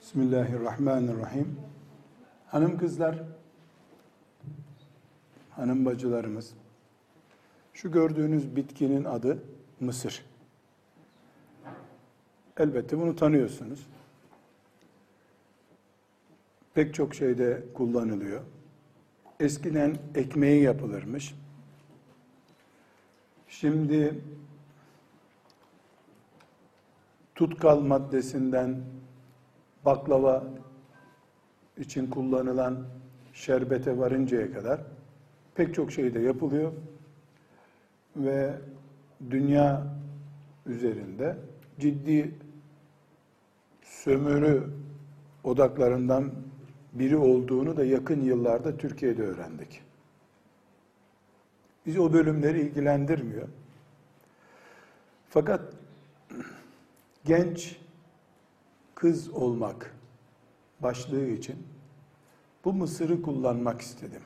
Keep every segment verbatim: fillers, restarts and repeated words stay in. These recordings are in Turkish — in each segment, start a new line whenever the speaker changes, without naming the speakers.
Bismillahirrahmanirrahim. Hanım kızlar, hanım bacılarımız, şu gördüğünüz bitkinin adı mısır. Elbette bunu tanıyorsunuz. Pek çok şeyde kullanılıyor. Eskiden ekmeği yapılırmış. Şimdi tutkal maddesinden baklava için kullanılan şerbete varıncaya kadar pek çok şey de yapılıyor ve dünya üzerinde ciddi sömürü odaklarından biri olduğunu da yakın yıllarda Türkiye'de öğrendik. Bizi o bölümleri ilgilendirmiyor. Fakat genç kız olmak başlığı için bu mısırı kullanmak istedim.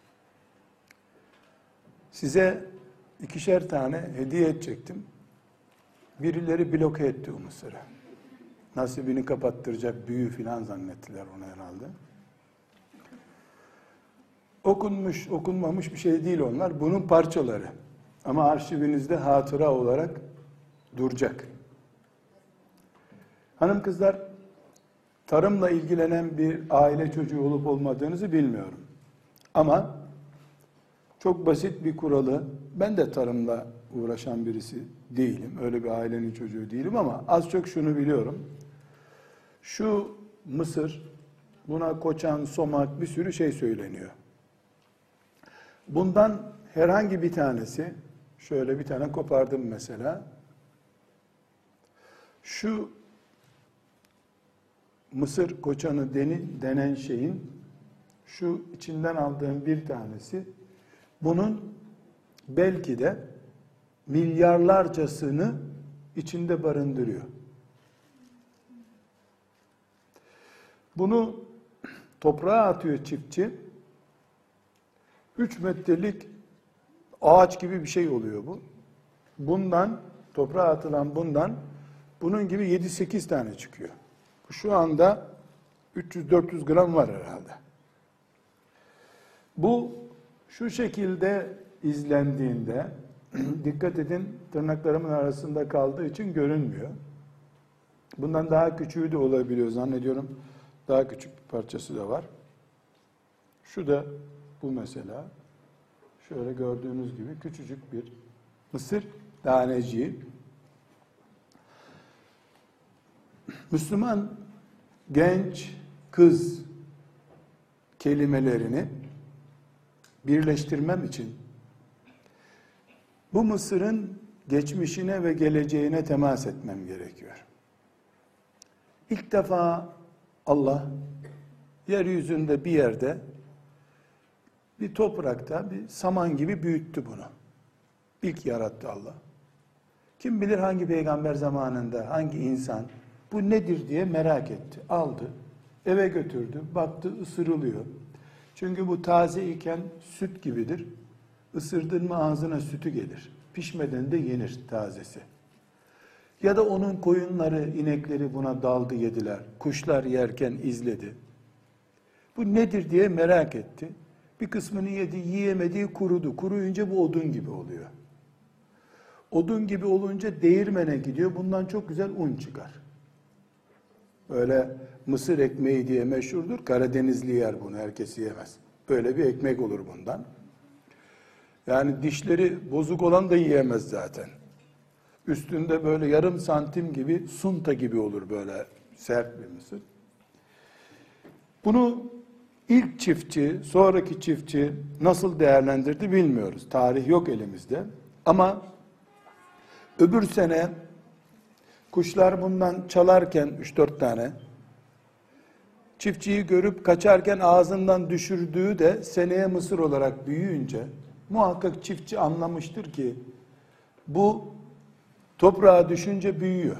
Size ikişer tane hediye edecektim. Birileri bloke etti o mısırı. Nasibini kapattıracak büyü filan zannettiler onu herhalde. Okunmuş, okunmamış bir şey değil onlar. Bunun parçaları. Ama arşivinizde hatıra olarak duracak. Hanım kızlar, tarımla ilgilenen bir aile çocuğu olup olmadığınızı bilmiyorum. Ama çok basit bir kuralı, ben de tarımla uğraşan birisi değilim. Öyle bir ailenin çocuğu değilim ama az çok şunu biliyorum. Şu mısır, buna koçan, somak bir sürü şey söyleniyor. Bundan herhangi bir tanesi, şöyle bir tane kopardım mesela. Şu mısır koçanı denen şeyin şu içinden aldığım bir tanesi bunun belki de milyarlarcasını içinde barındırıyor. Bunu toprağa atıyor çiftçi. Üç metrelik ağaç gibi bir şey oluyor bu. Bundan, toprağa atılan bundan bunun gibi yedi sekiz tane çıkıyor. Şu anda üç yüz dört yüz gram var herhalde. Bu şu şekilde izlendiğinde, dikkat edin tırnaklarımın arasında kaldığı için görünmüyor. Bundan daha küçüğü de olabiliyor zannediyorum. Daha küçük bir parçası da var. Şu da bu mesela. Şöyle gördüğünüz gibi küçücük bir mısır taneciği. Müslüman genç kız kelimelerini birleştirmem için bu mısırın geçmişine ve geleceğine temas etmem gerekiyor. İlk defa Allah yeryüzünde bir yerde bir toprakta bir saman gibi büyüttü bunu. İlk yarattı Allah. Kim bilir hangi peygamber zamanında, hangi insan bu nedir diye merak etti. Aldı, eve götürdü, baktı ısırılıyor. Çünkü bu taze iken süt gibidir. Isırdın mı ağzına sütü gelir. Pişmeden de yenir tazesi. Ya da onun koyunları, inekleri buna daldı yediler. Kuşlar yerken izledi. Bu nedir diye merak etti. Bir kısmını yedi, yiyemediği kurudu. Kuruyunca bu odun gibi oluyor. Odun gibi olunca değirmene gidiyor. Bundan çok güzel un çıkar. Böyle mısır ekmeği diye meşhurdur. Karadenizli yer bunu, herkes yiyemez. Böyle bir ekmek olur bundan. Yani dişleri bozuk olan da yiyemez zaten. Üstünde böyle yarım santim gibi sunta gibi olur böyle sert bir mısır. Bunu ilk çiftçi, sonraki çiftçi nasıl değerlendirdi bilmiyoruz. Tarih yok elimizde. Ama öbür sene kuşlar bundan çalarken üç dört tane, çiftçiyi görüp kaçarken ağzından düşürdüğü de seneye mısır olarak büyüyünce muhakkak çiftçi anlamıştır ki bu toprağa düşünce büyüyor.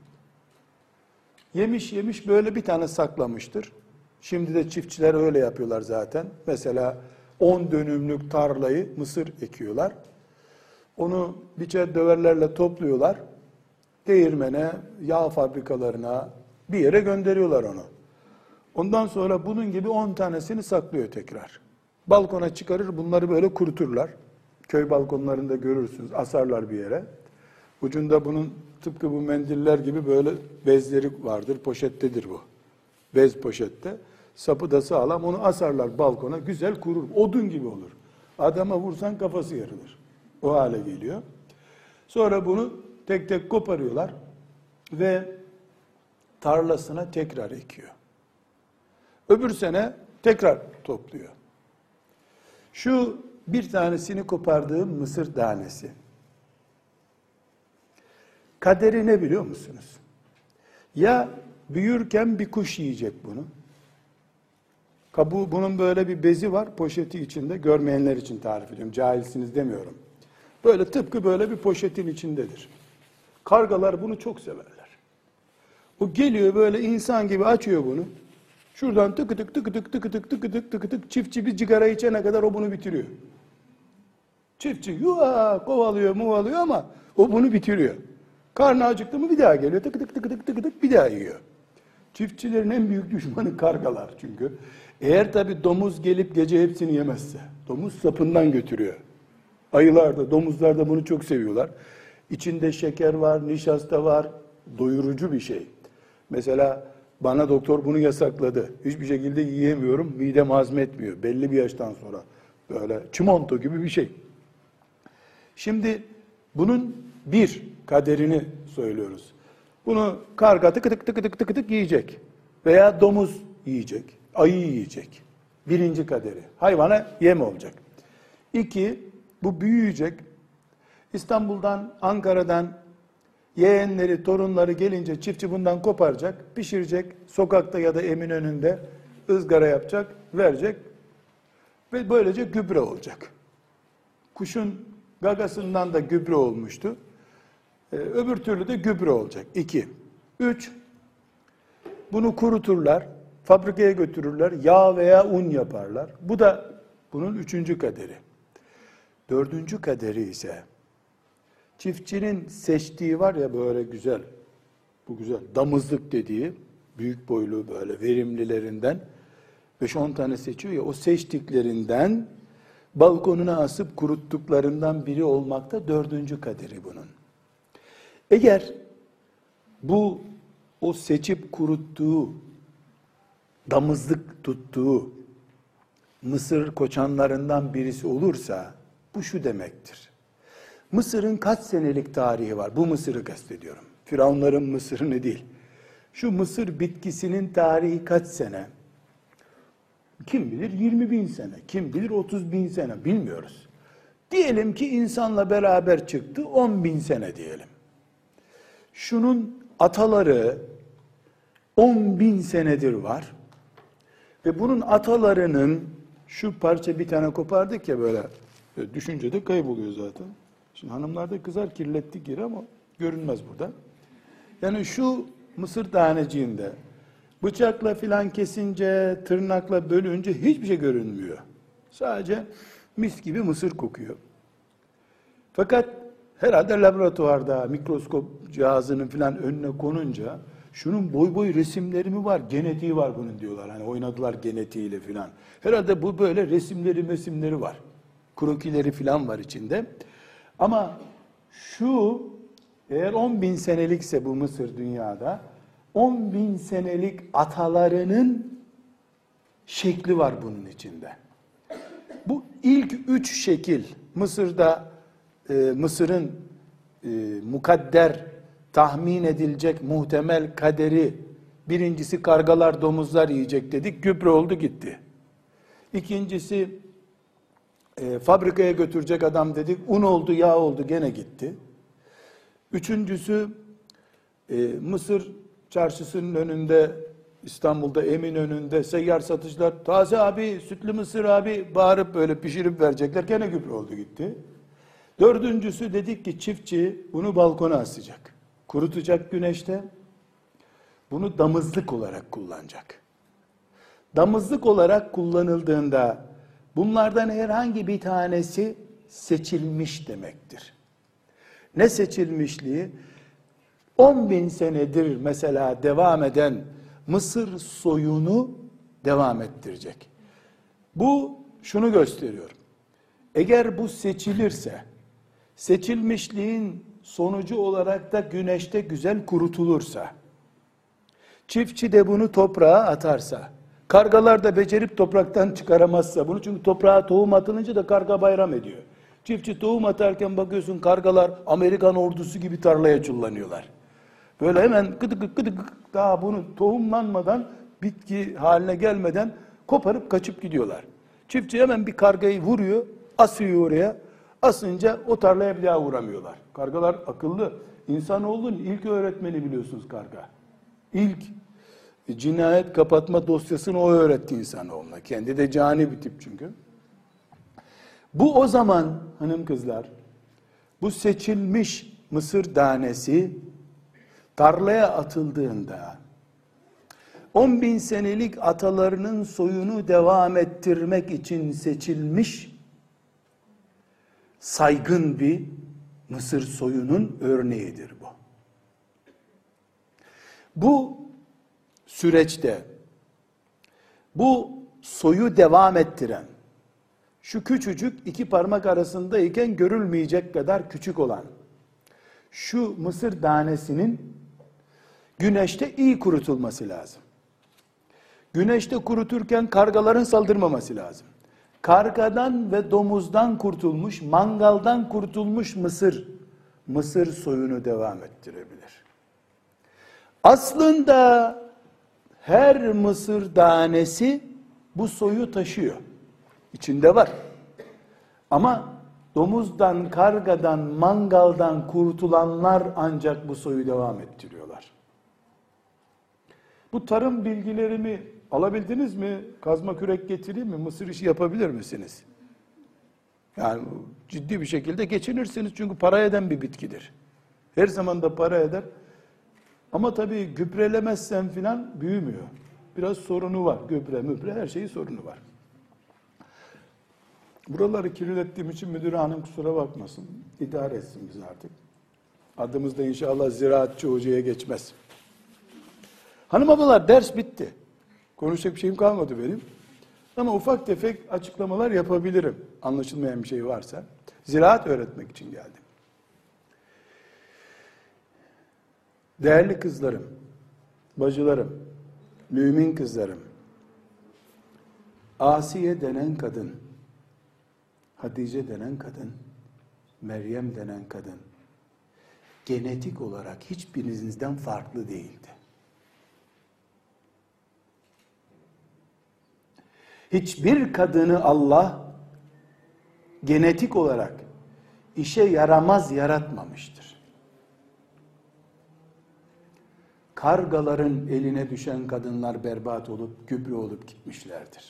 Yemiş yemiş böyle bir tane saklamıştır. Şimdi de çiftçiler öyle yapıyorlar zaten. Mesela on dönümlük tarlayı mısır ekiyorlar. Onu biçer döverlerle topluyorlar. Değirmene, yağ fabrikalarına bir yere gönderiyorlar onu. Ondan sonra bunun gibi on tanesini saklıyor tekrar. Balkona çıkarır, bunları böyle kuruturlar. Köy balkonlarında görürsünüz, asarlar bir yere. Ucunda bunun tıpkı bu mendiller gibi böyle bezleri vardır, poşettedir bu. Bez poşette. Sapı da sağlam, onu asarlar balkona, güzel kurur. Odun gibi olur. Adama vursan kafası yarılır. O hale geliyor. Sonra bunu tek tek koparıyorlar ve tarlasına tekrar ekiyor. Öbür sene tekrar topluyor. Şu bir tanesini kopardığım mısır tanesi. Kaderi ne biliyor musunuz? Ya büyürken bir kuş yiyecek bunu. Kabuğu, bunun böyle bir bezi var, poşeti içinde. Görmeyenler için tarif ediyorum, cahilsiniz demiyorum. Böyle tıpkı böyle bir poşetin içindedir. Kargalar bunu çok severler. O geliyor böyle insan gibi açıyor bunu. Şuradan tıkı tık tıkı tık tıkı tık tıkı tık tıkı tık çiftçi bir sigara içene kadar o bunu bitiriyor. Çiftçi yuva kovalıyor muvalıyor ama o bunu bitiriyor. Karnı acıktı mı bir daha geliyor, tıkı tık tıkı tık tıkı tık bir daha yiyor. Çiftçilerin en büyük düşmanı kargalar çünkü. Eğer tabi domuz gelip gece hepsini yemezse, domuz sapından götürüyor. Ayılar da, domuzlar da bunu çok seviyorlar. İçinde şeker var, nişasta var, doyurucu bir şey. Mesela bana doktor bunu yasakladı. Hiçbir şekilde yiyemiyorum, midem hazmetmiyor. Belli bir yaştan sonra böyle çimento gibi bir şey. Şimdi bunun bir kaderini söylüyoruz. Bunu karga tıkı tık tıkı tık tıkı tık yiyecek. Veya domuz yiyecek, ayı yiyecek. Birinci kaderi. Hayvana yem olacak. İki, bu büyüyecek. İstanbul'dan, Ankara'dan yeğenleri, torunları gelince çiftçi bundan koparacak, pişirecek, sokakta ya da Eminönü'nde ızgara yapacak, verecek ve böylece gübre olacak. Kuşun gagasından da gübre olmuştu. Ee, öbür türlü de gübre olacak. İki. Üç, bunu kuruturlar, fabrikaya götürürler, yağ veya un yaparlar. Bu da bunun üçüncü kaderi. Dördüncü kaderi ise çiftçinin seçtiği var ya böyle güzel, bu güzel damızlık dediği büyük boylu böyle verimlilerinden beş on tane seçiyor ya, o seçtiklerinden balkonuna asıp kuruttuklarından biri olmakta dördüncü kaderi bunun. Eğer bu o seçip kuruttuğu, damızlık tuttuğu mısır koçanlarından birisi olursa bu şu demektir. Mısır'ın kaç senelik tarihi var? Bu Mısır'ı kastediyorum. Firavunların Mısır'ını değil. Şu mısır bitkisinin tarihi kaç sene? Kim bilir yirmi bin sene, kim bilir otuz bin sene, bilmiyoruz. Diyelim ki insanla beraber çıktı, on bin sene diyelim. Şunun ataları on bin senedir var. Ve bunun atalarının, şu parça bir tane kopardık ya böyle, düşüncede kayboluyor zaten. Şimdi hanımlar da kızar, kirlettik yeri ama görünmez burada. Yani şu mısır taneciğinde bıçakla filan kesince, tırnakla bölünce hiçbir şey görünmüyor. Sadece mis gibi mısır kokuyor. Fakat herhalde laboratuvarda mikroskop cihazının filan önüne konunca şunun boy boy resimleri mi var, genetiği var bunun diyorlar. Hani oynadılar genetiğiyle filan. Herhalde bu böyle resimleri mesimleri var. Krokileri filan var içinde. Ama şu eğer on bin senelikse bu Mısır dünyada, on bin senelik atalarının şekli var bunun içinde. Bu ilk üç şekil Mısır'da e, Mısır'ın e, mukadder tahmin edilecek muhtemel kaderi, birincisi kargalar domuzlar yiyecek dedik, gübre oldu gitti. İkincisi e, fabrikaya götürecek adam dedik, un oldu yağ oldu gene gitti. Üçüncüsü e, Mısır çarşısının önünde, İstanbul'da Eminönü'nde seyyar satıcılar taze abi, sütlü mısır abi bağırıp böyle pişirip verecekler, gene gübre oldu gitti. Dördüncüsü dedik ki çiftçi bunu balkona asacak, kurutacak güneşte, bunu damızlık olarak kullanacak. Damızlık olarak kullanıldığında bunlardan herhangi bir tanesi seçilmiş demektir. Ne seçilmişliği? on bin senedir mesela devam eden Mısır soyunu devam ettirecek. Bu şunu gösteriyor. Eğer bu seçilirse, seçilmişliğin sonucu olarak da güneşte güzel kurutulursa, çiftçi de bunu toprağa atarsa, kargalar da becerip topraktan çıkaramazsa bunu, çünkü toprağa tohum atılınca da karga bayram ediyor. Çiftçi tohum atarken bakıyorsun kargalar Amerikan ordusu gibi tarlaya çullanıyorlar. Böyle hemen gıdık gıdık gıdık, daha bunu tohumlanmadan, bitki haline gelmeden koparıp kaçıp gidiyorlar. Çiftçi hemen bir kargayı vuruyor, asıyor oraya. Asınca o tarlaya bir daha vuramıyorlar. Kargalar akıllı. İnsanoğlunun ilk öğretmeni biliyorsunuz karga. İlk cinayet kapatma dosyasını o öğretti insanoğluna. Kendi de cani bir tip çünkü. Bu o zaman hanım kızlar, bu seçilmiş mısır tanesi tarlaya atıldığında on bin senelik atalarının soyunu devam ettirmek için seçilmiş saygın bir Mısır soyunun örneğidir bu. Bu süreçte bu soyu devam ettiren, şu küçücük iki parmak arasındayken görülmeyecek kadar küçük olan şu mısır tanesinin güneşte iyi kurutulması lazım. Güneşte kuruturken kargaların saldırmaması lazım. Kargadan ve domuzdan kurtulmuş, mangaldan kurtulmuş mısır, mısır soyunu devam ettirebilir. Aslında her mısır tanesi bu soyu taşıyor. İçinde var. Ama domuzdan, kargadan, mangaldan kurtulanlar ancak bu soyu devam ettiriyorlar. Bu tarım bilgilerimi alabildiniz mi? Kazma kürek getireyim mi? Mısır işi yapabilir misiniz? Yani ciddi bir şekilde geçinirsiniz, çünkü para eden bir bitkidir. Her zaman da para eder. Ama tabii gübrelemezsen filan büyümüyor. Biraz sorunu var. Gübre, mübre, her şeyin sorunu var. Buraları kirlettiğim için müdür hanım kusura bakmasın. İdare etsin bizi artık. Adımız da inşallah ziraatçı hocaya geçmez. Hanım ablalar, ders bitti. Konuşacak bir şeyim kalmadı benim. Ama ufak tefek açıklamalar yapabilirim. Anlaşılmayan bir şey varsa. Ziraat öğretmek için geldim. Değerli kızlarım, bacılarım, mümin kızlarım, Asiye denen kadın, Hatice denen kadın, Meryem denen kadın, genetik olarak hiçbirinizden farklı değildi. Hiçbir kadını Allah genetik olarak işe yaramaz yaratmamıştır. Kargaların eline düşen kadınlar berbat olup gübre olup gitmişlerdir.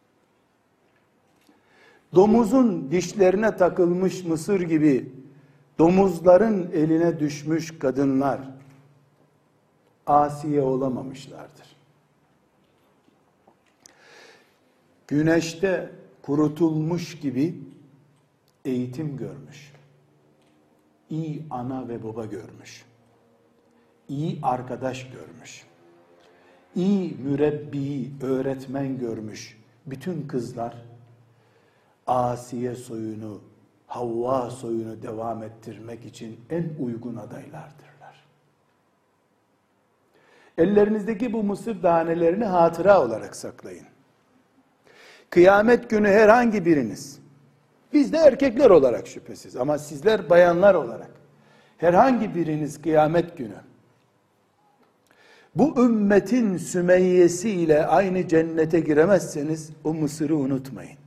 Domuzun dişlerine takılmış mısır gibi domuzların eline düşmüş kadınlar Asiye olamamışlardır. Güneşte kurutulmuş gibi eğitim görmüş. İyi ana ve baba görmüş. İyi arkadaş görmüş. İyi mürebbi, öğretmen görmüş. Bütün kızlar Asiye soyunu, Havva soyunu devam ettirmek için en uygun adaylardırlar. Ellerinizdeki bu mısır tanelerini hatıra olarak saklayın. Kıyamet günü herhangi biriniz, biz de erkekler olarak şüphesiz ama sizler bayanlar olarak, herhangi biriniz kıyamet günü bu ümmetin Sümeyyesi ile aynı cennete giremezseniz o mısırı unutmayın.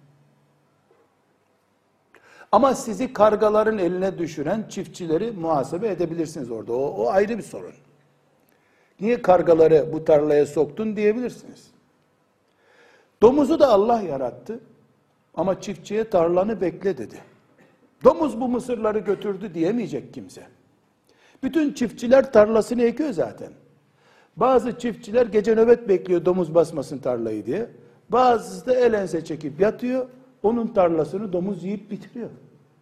Ama sizi kargaların eline düşüren çiftçileri muhasebe edebilirsiniz orada. O, o ayrı bir sorun. Niye kargaları bu tarlaya soktun diyebilirsiniz. Domuzu da Allah yarattı ama çiftçiye tarlanı bekle dedi. Domuz bu mısırları götürdü diyemeyecek kimse. Bütün çiftçiler tarlasını ekiyor zaten. Bazı çiftçiler gece nöbet bekliyor domuz basmasın tarlayı diye. Bazısı da el ense çekip yatıyor. Onun tarlasını domuz yiyip bitiriyor.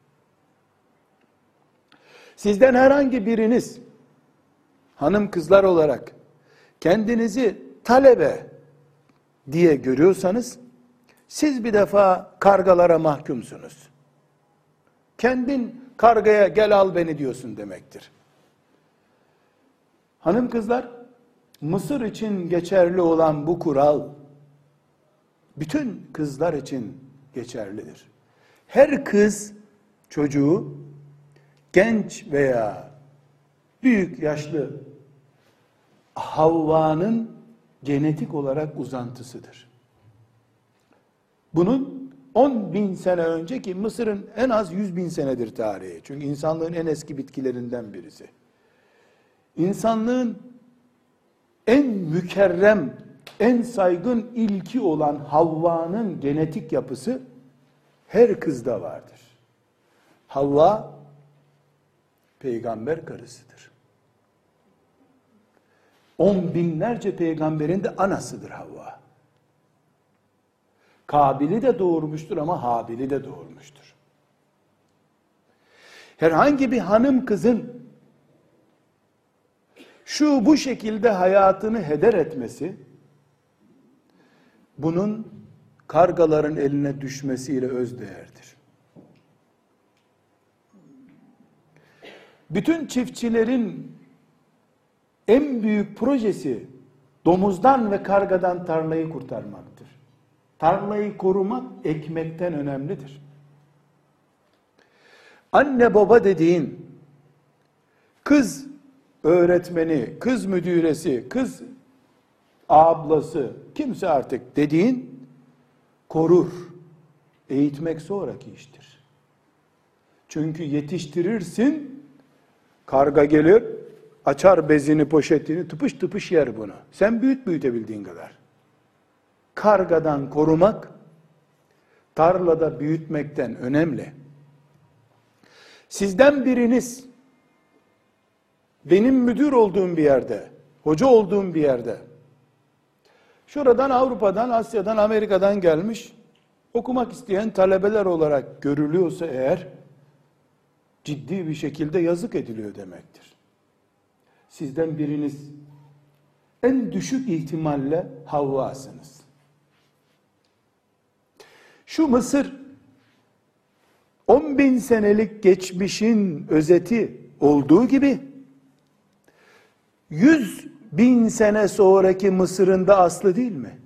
Sizden herhangi biriniz hanım kızlar olarak kendinizi talebe, diye görüyorsanız, siz bir defa kargalara mahkumsunuz. Kendin kargaya gel al beni diyorsun demektir. Hanım kızlar, Mısır için geçerli olan bu kural, bütün kızlar için geçerlidir. Her kız çocuğu, genç veya büyük yaşlı, Havva'nın genetik olarak uzantısıdır. Bunun on bin sene önceki Mısır'ın en az yüz bin senedir tarihi. Çünkü insanlığın en eski bitkilerinden birisi. İnsanlığın en mükerrem, en saygın ilki olan Havva'nın genetik yapısı her kızda vardır. Havva peygamber karısıdır. On binlerce peygamberin de anasıdır Havva. Kabil'i de doğurmuştur ama Habil'i de doğurmuştur. Herhangi bir hanım kızın şu bu şekilde hayatını heder etmesi, bunun kargaların eline düşmesiyle özdeğerdir. Bütün çiftçilerin en büyük projesi domuzdan ve kargadan tarlayı kurtarmaktır. Tarlayı korumak ekmekten önemlidir. Anne baba dediğin, kız öğretmeni, kız müdüresi, kız ablası, kimse artık dediğin korur. Eğitmek sonraki iştir. Çünkü yetiştirirsin, karga gelir, açar bezini, poşetini, tıpış tıpış yer bunu. Sen büyüt büyütebildiğin kadar. Kargadan korumak, tarlada büyütmekten önemli. Sizden biriniz, benim müdür olduğum bir yerde, hoca olduğum bir yerde, şuradan Avrupa'dan, Asya'dan, Amerika'dan gelmiş, okumak isteyen talebeler olarak görülüyorsa eğer, ciddi bir şekilde yazık ediliyor demektir. Sizden biriniz, en düşük ihtimalle Havva'sınız. Şu Mısır, on bin senelik geçmişin özeti olduğu gibi, yüz bin sene sonraki Mısır'ın da aslı değil mi?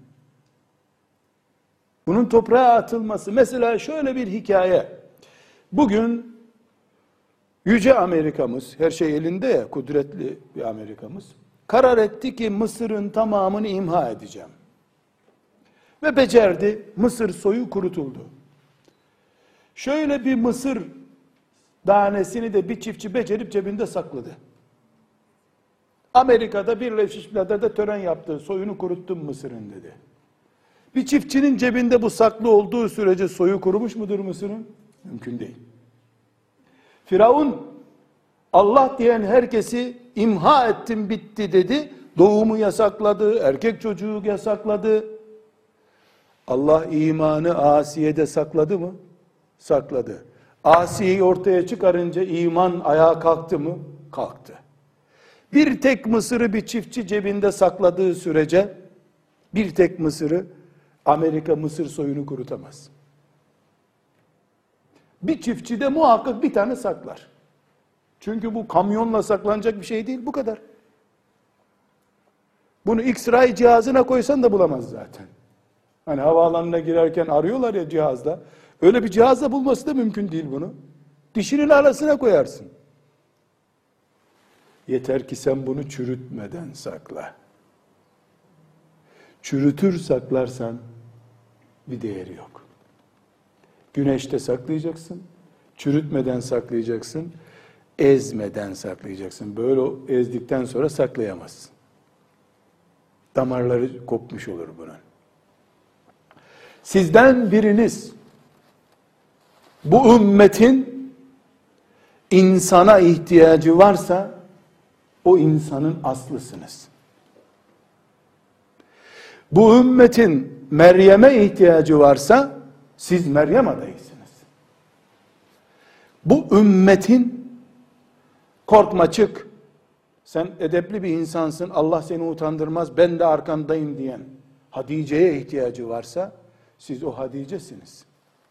Bunun toprağa atılması, mesela şöyle bir hikaye, bugün Yüce Amerika'mız, her şey elinde ya, kudretli bir Amerika'mız, karar etti ki Mısır'ın tamamını imha edeceğim. Ve becerdi, Mısır soyu kurutuldu. Şöyle bir mısır tanesini de bir çiftçi becerip cebinde sakladı. Amerika'da Birleşmiş Milletler'de tören yaptı, soyunu kuruttum Mısır'ın dedi. Bir çiftçinin cebinde bu saklı olduğu sürece soyu kurumuş mudur Mısır'ın? Mümkün değil. Firavun, Allah diyen herkesi imha ettim bitti dedi. Doğumu yasakladı, erkek çocuğu yasakladı. Allah imanı Asiye'de sakladı mı? Sakladı. Asiye'yi ortaya çıkarınca iman ayağa kalktı mı? Kalktı. Bir tek mısırı bir çiftçi cebinde sakladığı sürece, bir tek mısırı Amerika mısır soyunu kurutamaz. Bir çiftçi de muhakkak bir tane saklar. Çünkü bu kamyonla saklanacak bir şey değil, bu kadar. Bunu X-ray cihazına koysan da bulamaz zaten. Hani havaalanına girerken arıyorlar ya cihazla. Öyle bir cihazla bulması da mümkün değil bunu. Dişinin arasına koyarsın. Yeter ki sen bunu çürütmeden sakla. Çürütür saklarsan bir değeri yok. Güneşte saklayacaksın, çürütmeden saklayacaksın, ezmeden saklayacaksın. Böyle ezdikten sonra saklayamazsın. Damarları kopmuş olur bunun. Sizden biriniz bu ümmetin insana ihtiyacı varsa o insanın aslısınız. Bu ümmetin Meryem'e ihtiyacı varsa siz Meryem adayısınız. Bu ümmetin korkma çık, sen edepli bir insansın, Allah seni utandırmaz, ben de arkandayım diyen Hatice'ye ihtiyacı varsa siz o Hatice'siniz.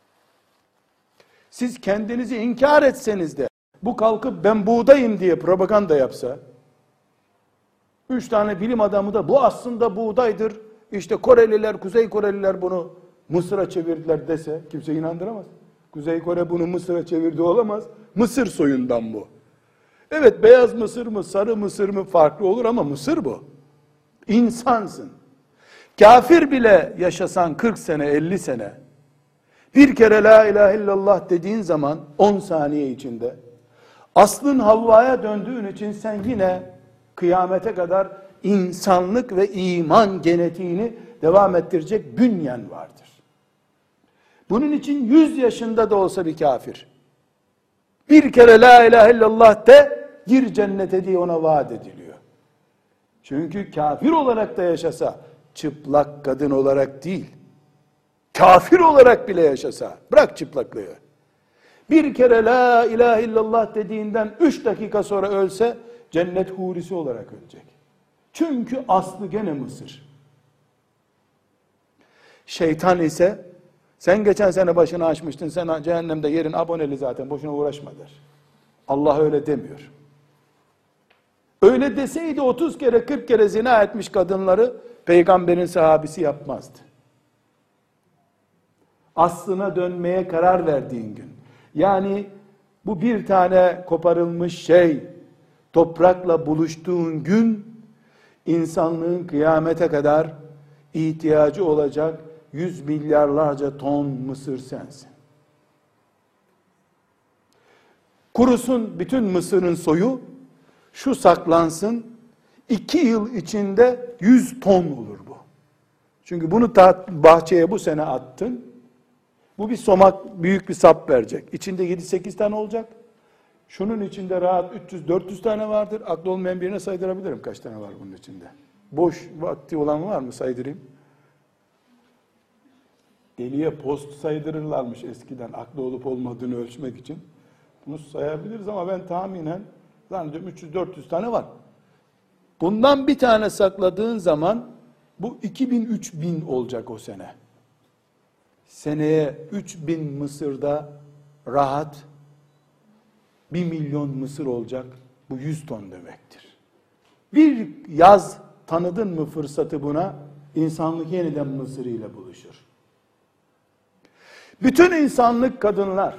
Siz kendinizi inkar etseniz de bu kalkıp ben buğdayım diye propaganda yapsa, üç tane bilim adamı da bu aslında buğdaydır, İşte Koreliler, Kuzey Koreliler bunu Mısır'a çevirdiler dese kimse inandıramaz. Kuzey Kore bunu Mısır'a çevirdi olamaz. Mısır soyundan bu. Evet, beyaz Mısır mı, sarı Mısır mı farklı olur ama Mısır bu. İnsansın. Kafir bile yaşasan kırk sene, elli sene, bir kere la ilahe illallah dediğin zaman on saniye içinde aslın Havva'ya döndüğün için sen yine kıyamete kadar insanlık ve iman genetiğini devam ettirecek bünyen vardır. Bunun için yüz yaşında da olsa bir kafir, bir kere la ilahe illallah de, gir cennete diye ona vaat ediliyor. Çünkü kafir olarak da yaşasa, çıplak kadın olarak değil, kafir olarak bile yaşasa, bırak çıplaklığı, bir kere la ilahe illallah dediğinden üç dakika sonra ölse, cennet hurisi olarak ölecek. Çünkü aslı gene Mısır. Şeytan ise, sen geçen sene başını açmıştın, sen cehennemde yerin aboneli zaten, boşuna uğraşma der. Allah öyle demiyor. Öyle deseydi otuz kere kırk kere zina etmiş kadınları peygamberin sahabisi yapmazdı. Aslına dönmeye karar verdiğin gün, yani bu bir tane koparılmış şey toprakla buluştuğun gün, insanlığın kıyamete kadar ihtiyacı olacak yüz milyarlarca ton mısır sensin. Kurusun bütün mısırın soyu, şu saklansın, iki yıl içinde yüz ton olur bu. Çünkü bunu bahçeye bu sene attın, bu bir somak, büyük bir sap verecek. İçinde yedi sekiz tane olacak. Şunun içinde rahat üç yüz dört yüz tane vardır. Aklı olmayan birine saydırabilirim kaç tane var bunun içinde. Boş vakti olan var mı, saydırayım? Deliye post saydırırlarmış eskiden, aklı olup olmadığını ölçmek için. Bunu sayabiliriz ama ben tahminen zannediyorum üç yüz dört yüz tane var. Bundan bir tane sakladığın zaman bu iki bin üç bin olacak o sene. Seneye üç bin Mısır'da rahat bir milyon mısır olacak. Bu yüz ton demektir. Bir yaz tanıdın mı fırsatı buna? İnsanlık yeniden Mısır ile buluşur. Bütün insanlık kadınlar,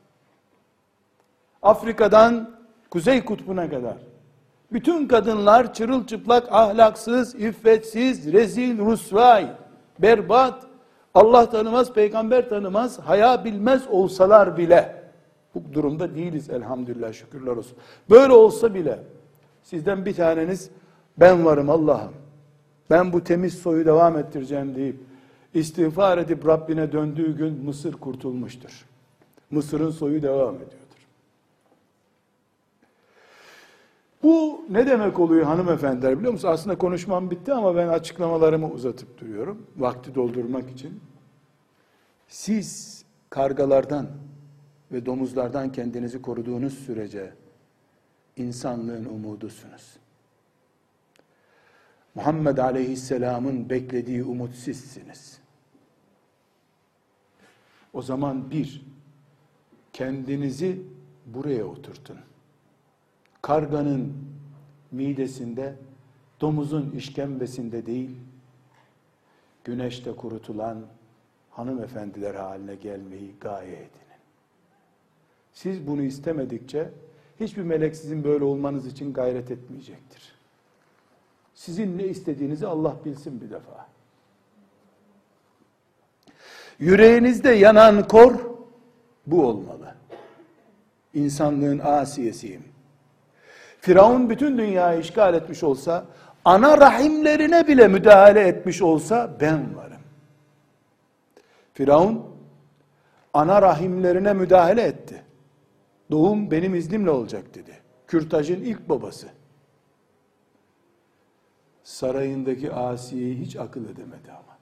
Afrika'dan Kuzey Kutbu'na kadar, bütün kadınlar çırılçıplak, ahlaksız, iffetsiz, rezil, rusvay, berbat, Allah tanımaz, peygamber tanımaz, haya bilmez olsalar bile, bu durumda değiliz elhamdülillah, şükürler olsun. Böyle olsa bile, sizden bir taneniz, ben varım Allah'ım, ben bu temiz soyu devam ettireceğim deyip, istiğfar edip Rabbine döndüğü gün Mısır kurtulmuştur. Mısır'ın soyu devam ediyordur. Bu ne demek oluyor hanımefendiler biliyor musunuz? Aslında konuşmam bitti ama ben açıklamalarımı uzatıp duruyorum. Vakti doldurmak için. Siz kargalardan ve domuzlardan kendinizi koruduğunuz sürece insanlığın umudusunuz. Muhammed Aleyhisselam'ın beklediği umut sizsiniz. O zaman bir, kendinizi buraya oturtun. Karganın midesinde, domuzun işkembesinde değil, güneşte kurutulan hanımefendiler haline gelmeyi gaye edinin. Siz bunu istemedikçe, hiçbir melek sizin böyle olmanız için gayret etmeyecektir. Sizin ne istediğinizi Allah bilsin bir defa. Yüreğinizde yanan kor, bu olmalı. İnsanlığın asiyesiyim. Firavun bütün dünyayı işgal etmiş olsa, ana rahimlerine bile müdahale etmiş olsa, ben varım. Firavun, ana rahimlerine müdahale etti. Doğum benim iznimle olacak dedi. Kürtajın ilk babası. Sarayındaki Asiye'yi hiç akıl edemedi ama.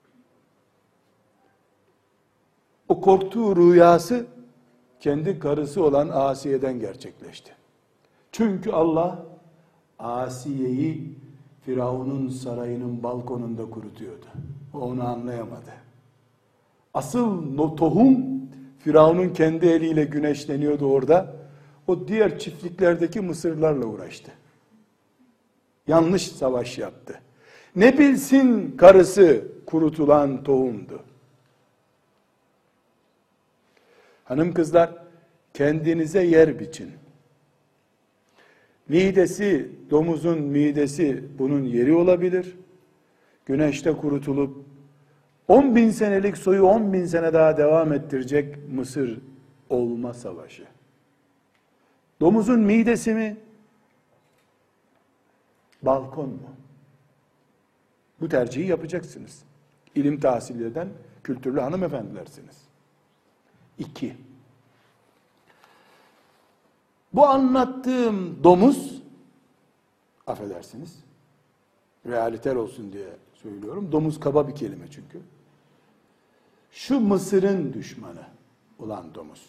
O korktuğu rüyası, kendi karısı olan Asiye'den gerçekleşti. Çünkü Allah, Asiye'yi Firavun'un sarayının balkonunda kurutuyordu. O onu anlayamadı. Asıl no tohum Firavun'un kendi eliyle güneşleniyordu orada. O diğer çiftliklerdeki mısırlarla uğraştı. Yanlış savaş yaptı. Ne bilsin karısı kurutulan tohumdu. Hanım kızlar, kendinize yer biçin. Midesi, domuzun midesi bunun yeri olabilir. Güneşte kurutulup on bin senelik soyu on bin sene daha devam ettirecek mısır olma savaşı. Domuzun midesi mi? Balkon mu? Bu tercihi yapacaksınız. İlim tahsil eden kültürlü hanımefendilersiniz. İki. Bu anlattığım domuz, affedersiniz, realiter olsun diye söylüyorum. Domuz kaba bir kelime çünkü. Şu mısırın düşmanı olan domuz.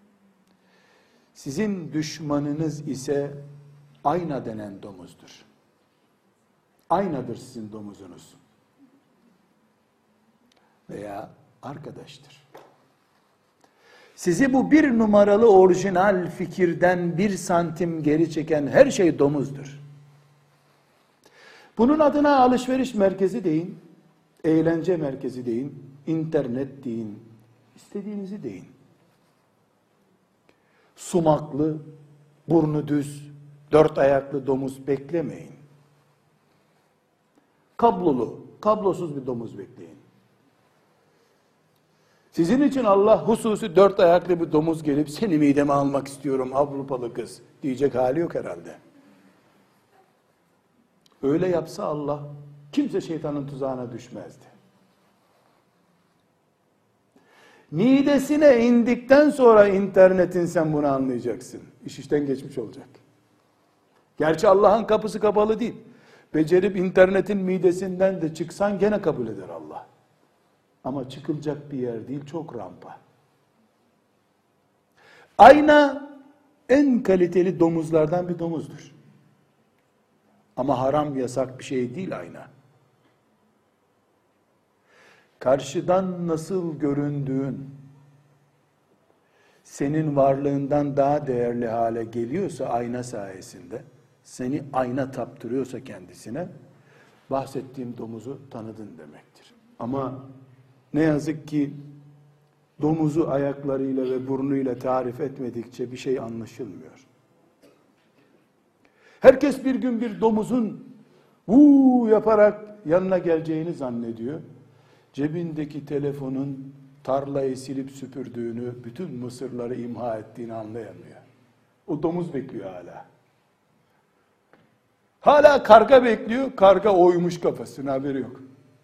Sizin düşmanınız ise ayna denen domuzdur. Aynadır sizin domuzunuz. Veya arkadaştır. Sizi bu bir numaralı orijinal fikirden bir santim geri çeken her şey domuzdur. Bunun adına alışveriş merkezi deyin, eğlence merkezi deyin, internet deyin, istediğinizi deyin. Sumaklı, burnu düz, dört ayaklı domuz beklemeyin. Kablolu, kablosuz bir domuz bekleyin. Sizin için Allah hususi dört ayaklı bir domuz gelip seni mideme almak istiyorum Avrupalı kız diyecek hali yok herhalde. Öyle yapsa Allah kimse şeytanın tuzağına düşmezdi. Midesine indikten sonra internetin sen bunu anlayacaksın. İş işten geçmiş olacak. Gerçi Allah'ın kapısı kapalı değil. Becerip internetin midesinden de çıksan gene kabul eder Allah. Ama çıkılacak bir yer değil, çok rampa. Ayna en kaliteli domuzlardan bir domuzdur. Ama haram, yasak bir şey değil ayna. Karşıdan nasıl göründüğün, senin varlığından daha değerli hale geliyorsa ayna sayesinde, seni ayna taptırıyorsa kendisine, bahsettiğim domuzu tanıdın demektir. Ama ne yazık ki domuzu ayaklarıyla ve burnuyla tarif etmedikçe bir şey anlaşılmıyor. Herkes bir gün bir domuzun vuu yaparak yanına geleceğini zannediyor. Cebindeki telefonun tarlayı silip süpürdüğünü, bütün mısırları imha ettiğini anlayamıyor. O domuz bekliyor hala. Hala karga bekliyor, karga oymuş kafasını, haberi yok.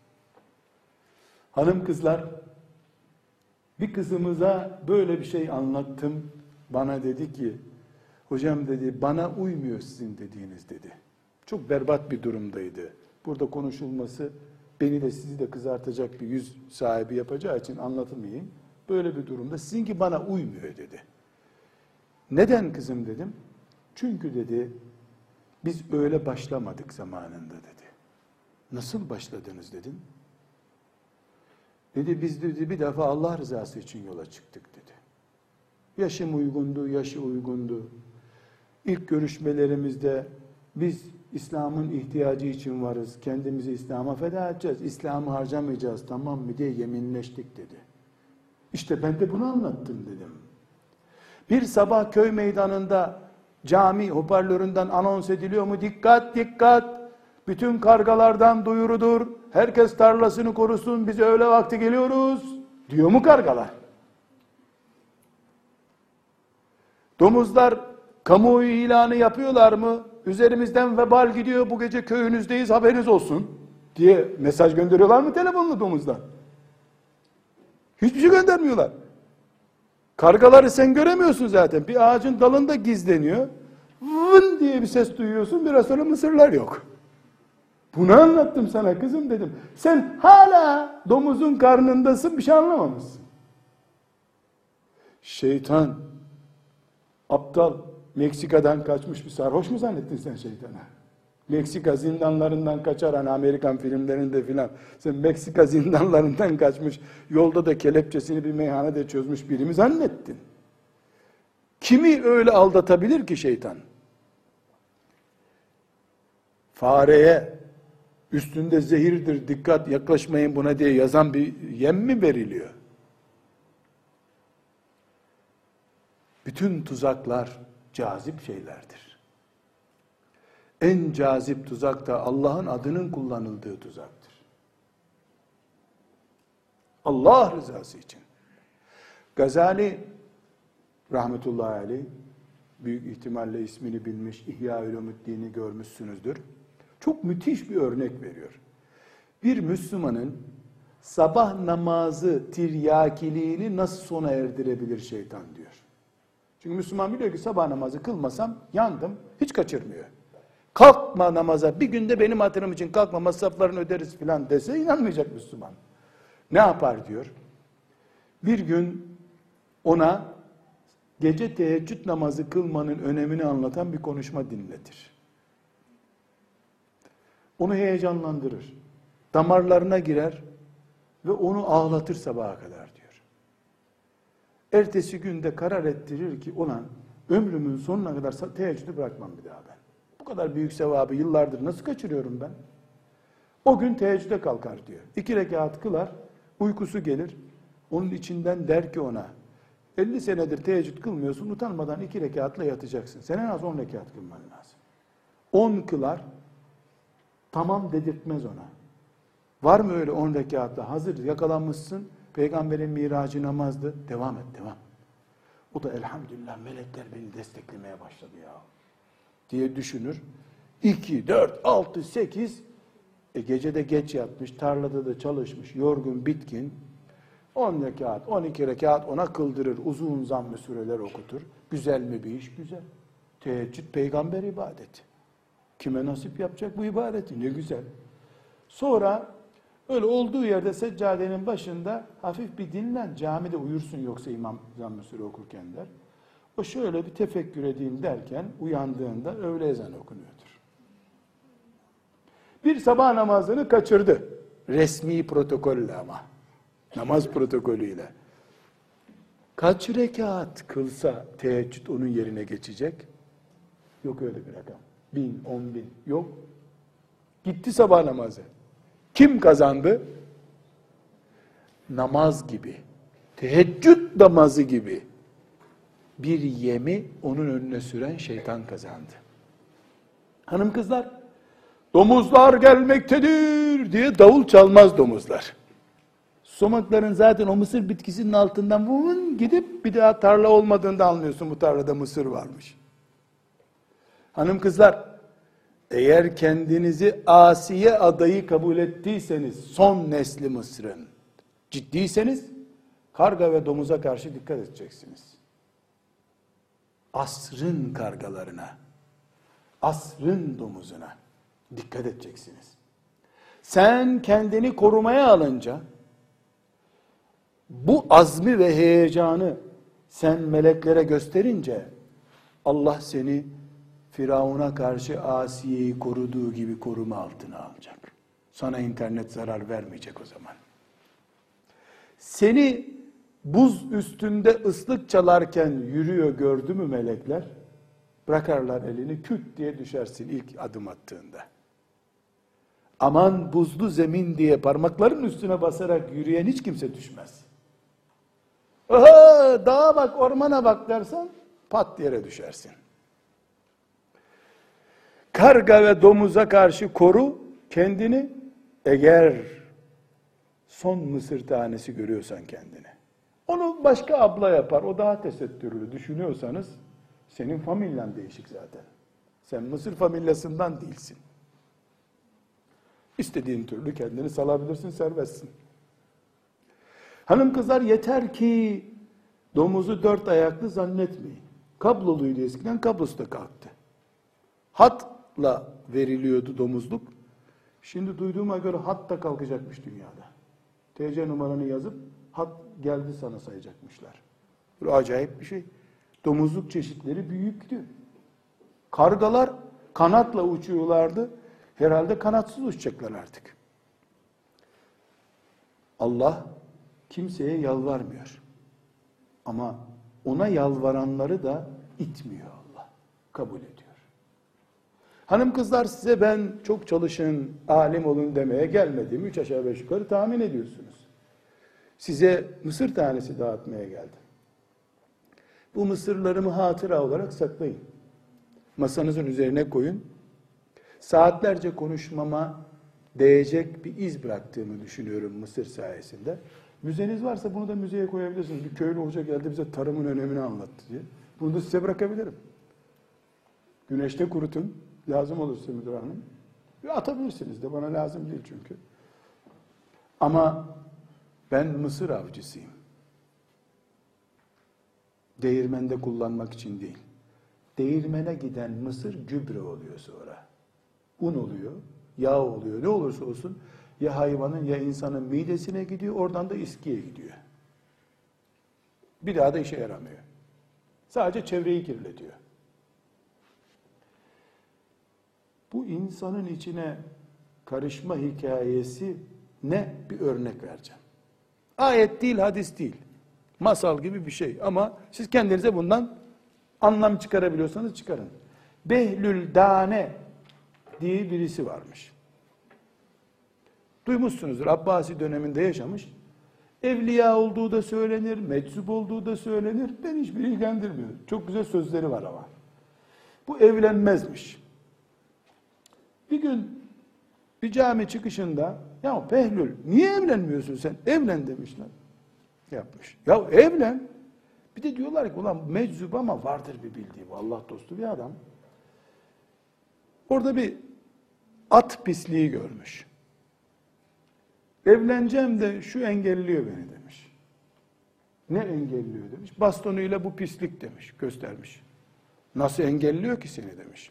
Hanım kızlar, bir kızımıza böyle bir şey anlattım. Bana dedi ki, hocam dedi, bana uymuyor sizin dediğiniz dedi. Çok berbat bir durumdaydı. Burada konuşulması beni de sizi de kızartacak bir yüz sahibi yapacağı için anlatmayayım. Böyle bir durumda sizinki bana uymuyor dedi. Neden kızım dedim. Çünkü dedi, biz öyle başlamadık zamanında dedi. Nasıl başladınız dedim. Dedi biz dedi bir defa Allah rızası için yola çıktık dedi. Yaşım uygundu, yaşı uygundu. İlk görüşmelerimizde biz İslam'ın ihtiyacı için varız. Kendimizi İslam'a feda edeceğiz. İslam'ı harcamayacağız, tamam mı diye yeminleştik dedi. İşte ben de bunu anlattım dedim. Bir sabah köy meydanında cami hoparlöründen anons ediliyor mu? Dikkat dikkat! Bütün kargalardan duyurudur. Herkes tarlasını korusun. Biz öğle vakti geliyoruz. Diyor mu kargalar? Domuzlar kamuoyu ilanı yapıyorlar mı? Üzerimizden vebal gidiyor. Bu gece köyünüzdeyiz. Haberiniz olsun. Diye mesaj gönderiyorlar mı telefonla domuzlar? Hiçbir şey göndermiyorlar. Kargaları sen göremiyorsun zaten. Bir ağacın dalında gizleniyor. Vın diye bir ses duyuyorsun. Biraz sonra mısırlar yok. Bunu anlattım sana kızım dedim. Sen hala domuzun karnındasın, bir şey anlamamışsın. Şeytan, aptal, Meksika'dan kaçmış bir sarhoş mu zannettin sen şeytanı? Meksika zindanlarından kaçar, hani Amerikan filmlerinde filan. Sen Meksika zindanlarından kaçmış, yolda da kelepçesini bir meyhanede çözmüş biri mi zannettin? Kimi öyle aldatabilir ki şeytan? Fareye üstünde zehirdir, dikkat yaklaşmayın buna diye yazan bir yem mi veriliyor? Bütün tuzaklar cazip şeylerdir. En cazip tuzak da Allah'ın adının kullanıldığı tuzaktır. Allah rızası için. Gazali rahmetullahi aleyh, büyük ihtimalle ismini bilmiş, İhya-ül-Umuddin'i görmüşsünüzdür. Çok müthiş bir örnek veriyor. Bir Müslümanın sabah namazı tiryakiliğini nasıl sona erdirebilir şeytan diyor. Çünkü Müslüman biliyor ki sabah namazı kılmasam yandım, hiç kaçırmıyor. Kalkma namaza, bir günde benim hatırım için kalkma, masraflarını öderiz filan dese inanmayacak Müslüman. Ne yapar diyor. Bir gün ona gece teheccüd namazı kılmanın önemini anlatan bir konuşma dinletir. Onu heyecanlandırır. Damarlarına girer ve onu ağlatır sabaha kadar diyor. Ertesi günde karar ettirir ki ulan ömrümün sonuna kadar teheccüdü bırakmam bir daha ben. Bu kadar büyük sevabı yıllardır nasıl kaçırıyorum ben? O gün teheccüde kalkar diyor. İki rekat kılar, uykusu gelir. Onun içinden der ki ona, elli senedir teheccüd kılmıyorsun, utanmadan iki rekatla yatacaksın. Sen en az on rekat kılman lazım. on kılar, tamam dedirtmez ona. Var mı öyle on rekatla? Hazır yakalanmışsın, peygamberin miracı namazdı. Devam et, devam. O da elhamdülillah melekler beni desteklemeye başladı ya diye düşünür. iki, dört, altı, sekiz, e gecede geç yatmış, tarlada da çalışmış, yorgun, bitkin. on rekat, on iki rekat ona kıldırır, uzun zamm-ı süreler okutur. Güzel mi bir iş? Güzel. Teheccüd peygamber ibadeti. Kime nasip yapacak bu ibadeti? Ne güzel. Sonra öyle olduğu yerde seccadenin başında hafif bir dinlen, camide uyursun yoksa imam zamm-ı süre okurken der. O şöyle bir tefekkür edeyim derken uyandığında öğle ezanı okunuyordur. Bir sabah namazını kaçırdı. Resmi protokolle ama. Namaz protokolüyle. Kaç rekat kılsa teheccüd onun yerine geçecek? Yok öyle bir rakam. Bin, on bin. Yok. Gitti sabah namazı. Kim kazandı? Namaz gibi. Teheccüd namazı gibi. Bir yemi onun önüne süren şeytan kazandı. Hanım kızlar, domuzlar gelmektedir diye davul çalmaz domuzlar. Sumakların zaten o mısır bitkisinin altından vun gidip bir daha tarla olmadığında anlıyorsun bu tarlada mısır varmış. Hanım kızlar, eğer kendinizi Asiye adayı kabul ettiyseniz, son nesli Mısır'ın ciddiyseniz, karga ve domuza karşı dikkat edeceksiniz. Asrın kargalarına, asrın domuzuna dikkat edeceksiniz. Sen kendini korumaya alınca, bu azmi ve heyecanı sen meleklere gösterince, Allah seni Firavun'a karşı Asiye'yi koruduğu gibi koruma altına alacak. Sana internet zarar vermeyecek o zaman. Seni buz üstünde ıslık çalarken yürüyor gördü mü melekler? Bırakarlar elini, küt diye düşersin ilk adım attığında. Aman buzlu zemin diye parmakların üstüne basarak yürüyen hiç kimse düşmez. Aha, dağa bak, ormana bak dersen pat yere düşersin. Karga ve domuza karşı koru kendini, eğer son mısır tanesi görüyorsan kendini. Onu başka abla yapar, o daha tesettürlü düşünüyorsanız, senin familyan değişik zaten. Sen mısır familyasından değilsin. İstediğin türlü kendini salabilirsin, serbestsin. Hanım kızlar, yeter ki domuzu dört ayaklı zannetmeyin. Kabloluydu eskiden, kablosu da kalktı. Hatla veriliyordu domuzluk. Şimdi duyduğuma göre hat da kalkacakmış dünyada. T C numaranı yazıp hat geldi sana sayacakmışlar. Böyle acayip bir şey. Domuzluk çeşitleri büyüktü. Kargalar kanatla uçuyorlardı. Herhalde kanatsız uçacaklar artık. Allah kimseye yalvarmıyor. Ama ona yalvaranları da itmiyor Allah. Kabul ediyor. Hanım kızlar, size ben çok çalışın, alim olun demeye gelmedim. Üç aşağı beş yukarı tahmin ediyorsunuz. Size mısır tanesi dağıtmaya geldim. Bu mısırlarımı hatıra olarak saklayın. Masanızın üzerine koyun. Saatlerce konuşmama değecek bir iz bıraktığımı düşünüyorum mısır sayesinde. Müzeniz varsa bunu da müzeye koyabilirsiniz. Bir köylü hoca geldi bize tarımın önemini anlattı diye. Bunu da size bırakabilirim. Güneşte kurutun. Lazım olursa müdür hanım. Atabilirsiniz de, bana lazım değil çünkü. Ama ben mısır avcısıyım. Değirmende kullanmak için değil. Değirmene giden mısır gübre oluyor sonra. Un oluyor, yağ oluyor, ne olursa olsun ya hayvanın ya insanın midesine gidiyor, oradan da iskiye gidiyor. Bir daha da işe yaramıyor. Sadece çevreyi kirletiyor. Bu insanın içine karışma hikayesi ne? Bir örnek vereceğim. Ayet değil, hadis değil. Masal gibi bir şey ama siz kendinize bundan anlam çıkarabiliyorsanız çıkarın. Behlül Dane diye birisi varmış. Duymuşsunuzdur, Abbasi döneminde yaşamış. Evliya olduğu da söylenir, meczup olduğu da söylenir. Beni hiçbir ilgilendirmiyor. Çok güzel sözleri var ama. Bu evlenmezmiş. Bir gün bir cami çıkışında, ya Behlül niye evlenmiyorsun sen? Evlen demişler. Yapmış. Ya evlen. Bir de diyorlar ki ulan meczup ama vardır bir bildiği. Allah dostu bir adam. Orada bir at pisliği görmüş. Evleneceğim de şu engelliyor beni demiş. Ne engelliyor demiş. Bastonuyla bu pislik demiş. Göstermiş. Nasıl engelliyor ki seni demiş.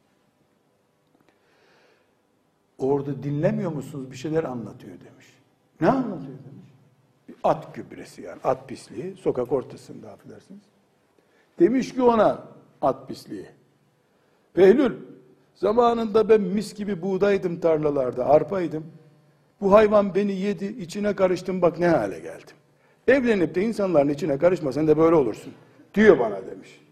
Orada dinlemiyor musunuz? Bir şeyler anlatıyor demiş. Ne anlatıyor demiş. Bir at gübresi yani. At pisliği. Sokak ortasında, affedersiniz. Demiş ki ona at pisliği. Behlül, zamanında ben mis gibi buğdaydım tarlalarda, arpaydım. Bu hayvan beni yedi, içine karıştım, bak ne hale geldim. Evlenip de insanların içine karışmasan da böyle olursun diyor bana demiş.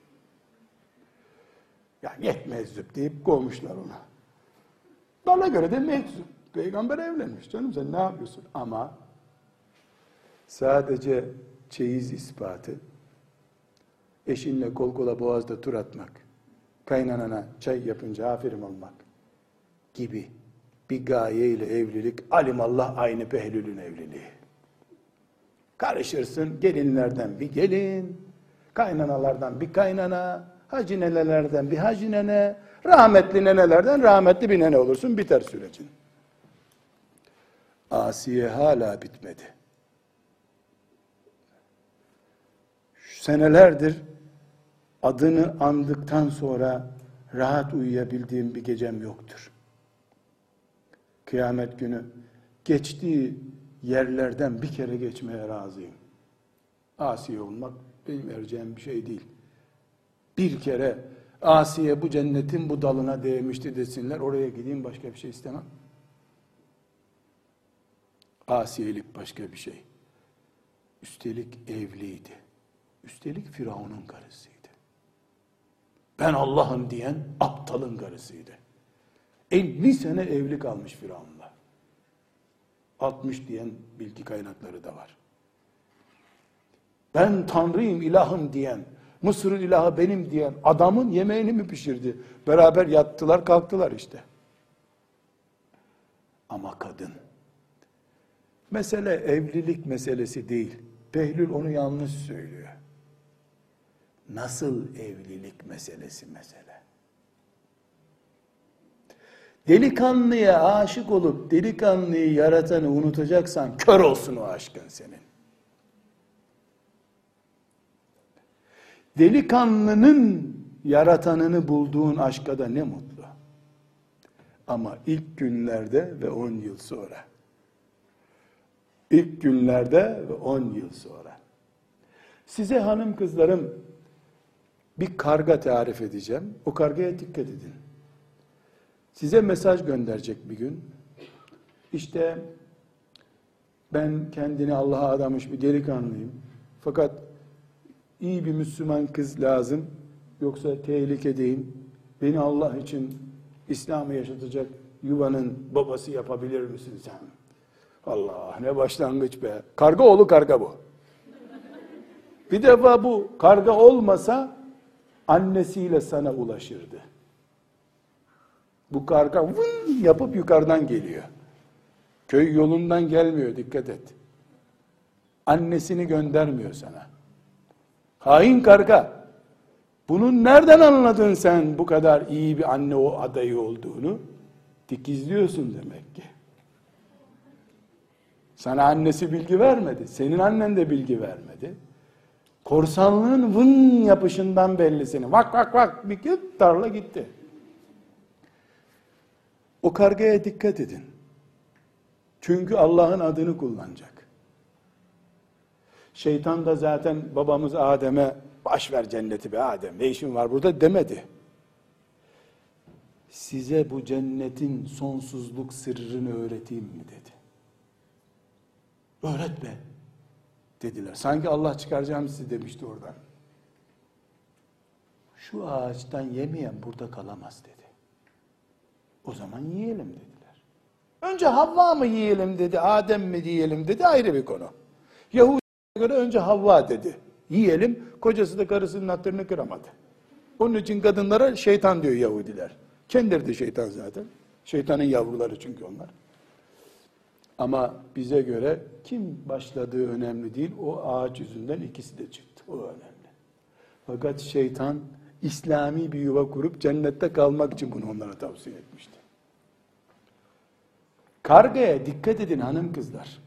Ya yetmez deyip kovmuşlar ona. Bana göre de meczup. Peygamber evlenmiş canım, sen ne yapıyorsun? Ama sadece çeyiz ispatı, eşinle kol kola boğazda tur atmak, kaynanana çay yapınca aferin olmak gibi bir gaye ile evlilik, alimallah aynı Behlül'ün evliliği. Karışırsın, gelinlerden bir gelin, kaynanalardan bir kaynana, hacı nenelerden bir hacı nene, rahmetli nenelerden rahmetli bir nene olursun, biter sürecin. Asiye hala bitmedi. Senelerdir adını andıktan sonra rahat uyuyabildiğim bir gecem yoktur. Kıyamet günü geçtiği yerlerden bir kere geçmeye razıyım. Asiye olmak benim ereceğim bir şey değil. Bir kere Asiye bu cennetin bu dalına değmişti desinler, oraya gideyim, başka bir şey istemem. Asiyelik başka bir şey. Üstelik evliydi. Üstelik Firavun'un karısıydı. Ben Allah'ım diyen aptalın karısıydı. elli sene evli kalmış Firavun'la. altmış diyen bilgi kaynakları da var. Ben Tanrıyım, ilahım diyen, Mısır'ın ilahı benim diyen adamın yemeğini mi pişirdi? Beraber yattılar, kalktılar işte. Ama kadın. Mesele evlilik meselesi değil. Behlül onu yanlış söylüyor. Nasıl evlilik meselesi mesele. Delikanlıya aşık olup delikanlıyı yaratanı unutacaksan kör olsun o aşkın senin. Delikanlının yaratanını bulduğun aşka da ne mutlu. Ama ilk günlerde ve on yıl sonra. İlk günlerde ve on yıl sonra. Size hanım kızlarım bir karga tarif edeceğim. O kargaya dikkat edin. Size mesaj gönderecek bir gün. İşte ben kendini Allah'a adamış bir delikanlıyım. Fakat iyi bir Müslüman kız lazım. Yoksa tehlikedeyim. Beni Allah için İslam'ı yaşatacak yuvanın babası yapabilir misin sen? Allah, ne başlangıç be. Karga oğlu karga bu. Bir defa bu karga olmasa annesiyle sana ulaşırdı. Bu karga vın yapıp yukarıdan geliyor. Köy yolundan gelmiyor, dikkat et. Annesini göndermiyor sana. Hain karga. Bunun nereden anladın sen bu kadar iyi bir anne o adayı olduğunu? Dikizliyorsun demek ki. Sana annesi bilgi vermedi. Senin annen de bilgi vermedi. Korsanlığın vın yapışından belli senin. Vak vak vak bir git tarla gitti. O kargaya dikkat edin. Çünkü Allah'ın adını kullanacak. Şeytan da zaten babamız Adem'e baş ver cenneti be Adem, ne işin var burada demedi. Size bu cennetin sonsuzluk sırrını öğreteyim mi dedi. Öğret be dediler. Sanki Allah çıkaracağım sizi demişti oradan. Şu ağaçtan yemeyen burada kalamaz dedi. O zaman yiyelim dediler. Önce Havva mı yiyelim dedi, Adem mi yiyelim dedi, ayrı bir konu. Yahudi'ye göre önce Havva dedi. Yiyelim, kocası da karısının hatırını kıramadı. Onun için kadınlara şeytan diyor Yahudiler. Kendileri de şeytan zaten. Şeytanın yavruları çünkü onlar. Ama bize göre kim başladığı önemli değil. O ağaç yüzünden ikisi de çıktı. O önemli. Fakat şeytan İslami bir yuva kurup cennette kalmak için bunu onlara tavsiye etmişti. Kargaya dikkat edin hanım kızlar.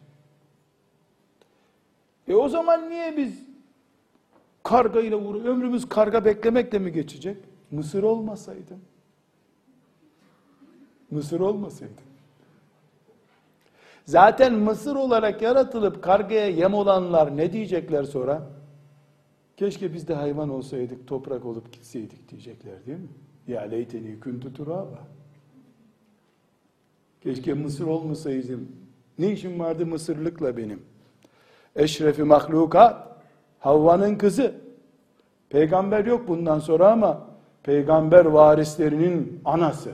E o zaman niye biz kargayla uğra ömrümüz karga beklemekle mi geçecek? Mısır olmasaydı. Mısır olmasaydı. Zaten mısır olarak yaratılıp kargaya yem olanlar ne diyecekler sonra? Keşke biz de hayvan olsaydık, toprak olup gitseydik diyecekler değil mi? Ya leyteni kuntu turaba. Keşke mısır olmasaydım. Ne işim vardı mısırlıkla benim? Eşrefi mahlukat, Havva'nın kızı. Peygamber yok bundan sonra ama peygamber varislerinin anası.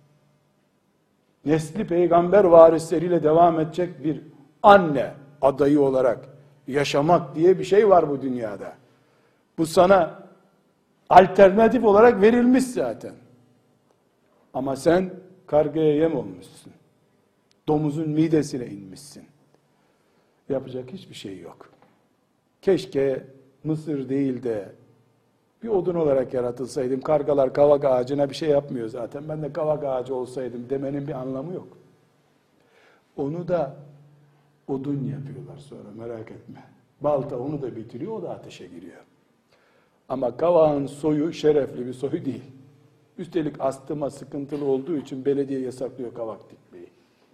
Nesli peygamber varisleriyle devam edecek bir anne adayı olarak yaşamak diye bir şey var bu dünyada. Bu sana alternatif olarak verilmiş zaten. Ama sen kargaya yem olmuşsun. Domuzun midesine inmişsin. Yapacak hiçbir şey yok. Keşke mısır değil de bir odun olarak yaratılsaydım. Kargalar kavak ağacına bir şey yapmıyor zaten. Ben de kavak ağacı olsaydım demenin bir anlamı yok. Onu da odun yapıyorlar sonra, merak etme. Balta onu da bitiriyor, o da ateşe giriyor. Ama kavağın soyu şerefli bir soy değil. Üstelik astıma sıkıntılı olduğu için belediye yasaklıyor kavak dikmeyi.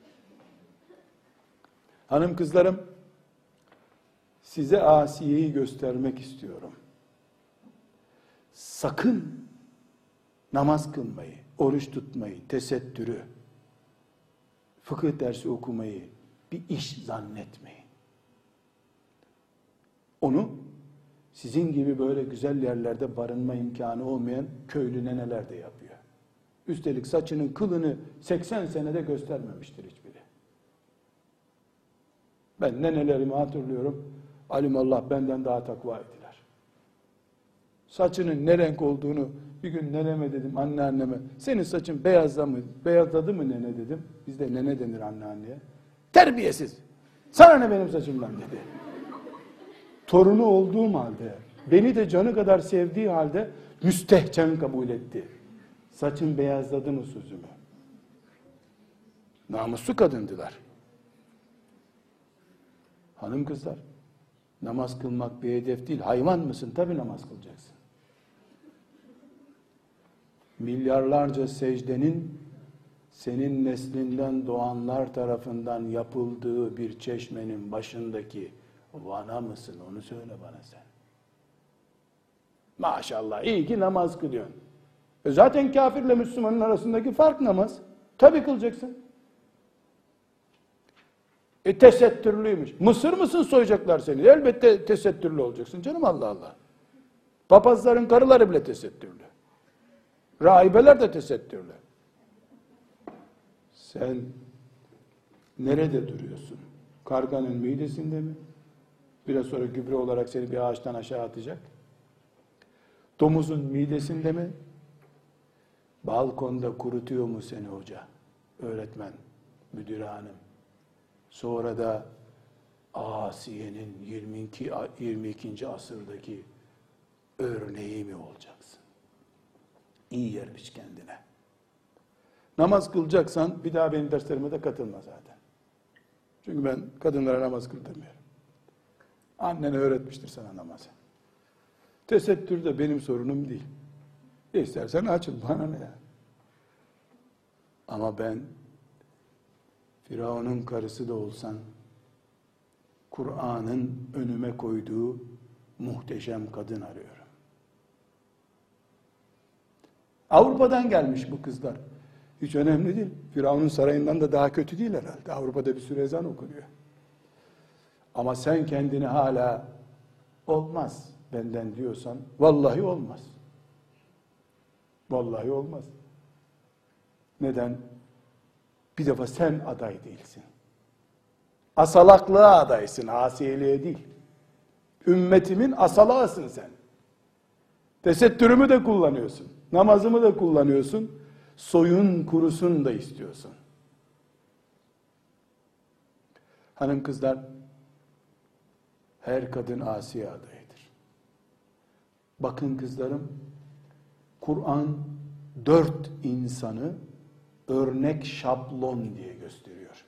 Hanım kızlarım, size Asiye'yi göstermek istiyorum. Sakın namaz kılmayı, oruç tutmayı, tesettürü, fıkıh dersi okumayı bir iş zannetmeyin. Onu sizin gibi böyle güzel yerlerde barınma imkanı olmayan köylü neneler de yapıyor. Üstelik saçının kılını seksen senede göstermemiştir hiçbiri. Ben nenelerimi hatırlıyorum. Alimallah benden daha takva ettiler. Saçının ne renk olduğunu bir gün neneme dedim, anneanneme. Senin saçın beyazla mı, beyazladı mı nene dedim. Bizde nene denir anneanneye. Terbiyesiz. Sana ne benim saçımdan dedi. Torunu olduğum halde, beni de canı kadar sevdiği halde müstehcen kabul etti. Saçın beyazladı mı sözümü? Namuslu kadındılar. Hanım kızlar, namaz kılmak bir hedef değil. Hayvan mısın? Tabii namaz kılacaksın. Milyarlarca secdenin senin neslinden doğanlar tarafından yapıldığı bir çeşmenin başındaki vana mısın? Onu söyle bana sen. Maşallah iyi ki namaz kılıyorsun. E zaten kafirle Müslümanın arasındaki fark namaz. Tabii kılacaksın. E tesettürlüymüş. Mısır mısın soyacaklar seni? Elbette tesettürlü olacaksın canım, Allah Allah. Papazların karıları bile tesettürlü. Rahibeler de tesettürlü. Sen nerede duruyorsun? Karganın midesinde mi? Biraz sonra gübre olarak seni bir ağaçtan aşağı atacak. Domuzun midesinde mi? Balkonda kurutuyor mu seni hoca, öğretmen, müdür hanım? Sonra da Asiye'nin yirmi iki, yirmi ikinci asırdaki örneği mi olacaksın? İyi yermiş kendine. Namaz kılacaksan bir daha benim derslerime de katılma zaten. Çünkü ben kadınlara namaz kıldırmıyorum. Annen öğretmiştir sana namazı. Tesettür de benim sorunum değil. İstersen açın, bana ne ya? Ama ben Firavun'un karısı da olsan, Kur'an'ın önüme koyduğu muhteşem kadın arıyorum. Avrupa'dan gelmiş bu kızlar. Hiç önemli değil. Firavun'un sarayından da daha kötü değil herhalde. Avrupa'da bir sürü ezan okunuyor. Ama sen kendini hala olmaz benden diyorsan, vallahi olmaz. Vallahi olmaz. Neden? Bir defa sen aday değilsin. Asalaklığa adaysın, asiyeliğe değil. Ümmetimin asalağısın sen. Tesettürümü de kullanıyorsun. Namazımı da kullanıyorsun. Soyun kurusun da istiyorsun. Hanım kızlar, her kadın Asiye adayıdır. Bakın kızlarım, Kur'an dört insanı örnek şablon diye gösteriyor.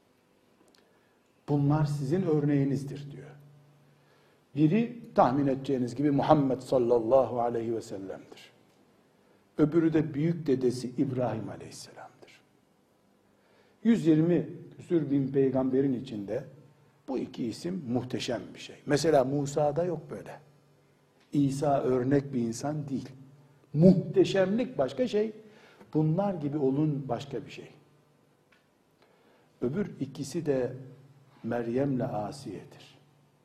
Bunlar sizin örneğinizdir diyor. Biri tahmin edeceğiniz gibi Muhammed sallallahu aleyhi ve sellem'dir. Öbürü de büyük dedesi İbrahim aleyhisselam'dır. yüz yirmi küsur bin peygamberin içinde bu iki isim muhteşem bir şey. Mesela Musa'da yok böyle. İsa örnek bir insan değil. Muhteşemlik başka şey. Bunlar gibi olun başka bir şey. Öbür ikisi de Meryem'le Asiye'dir.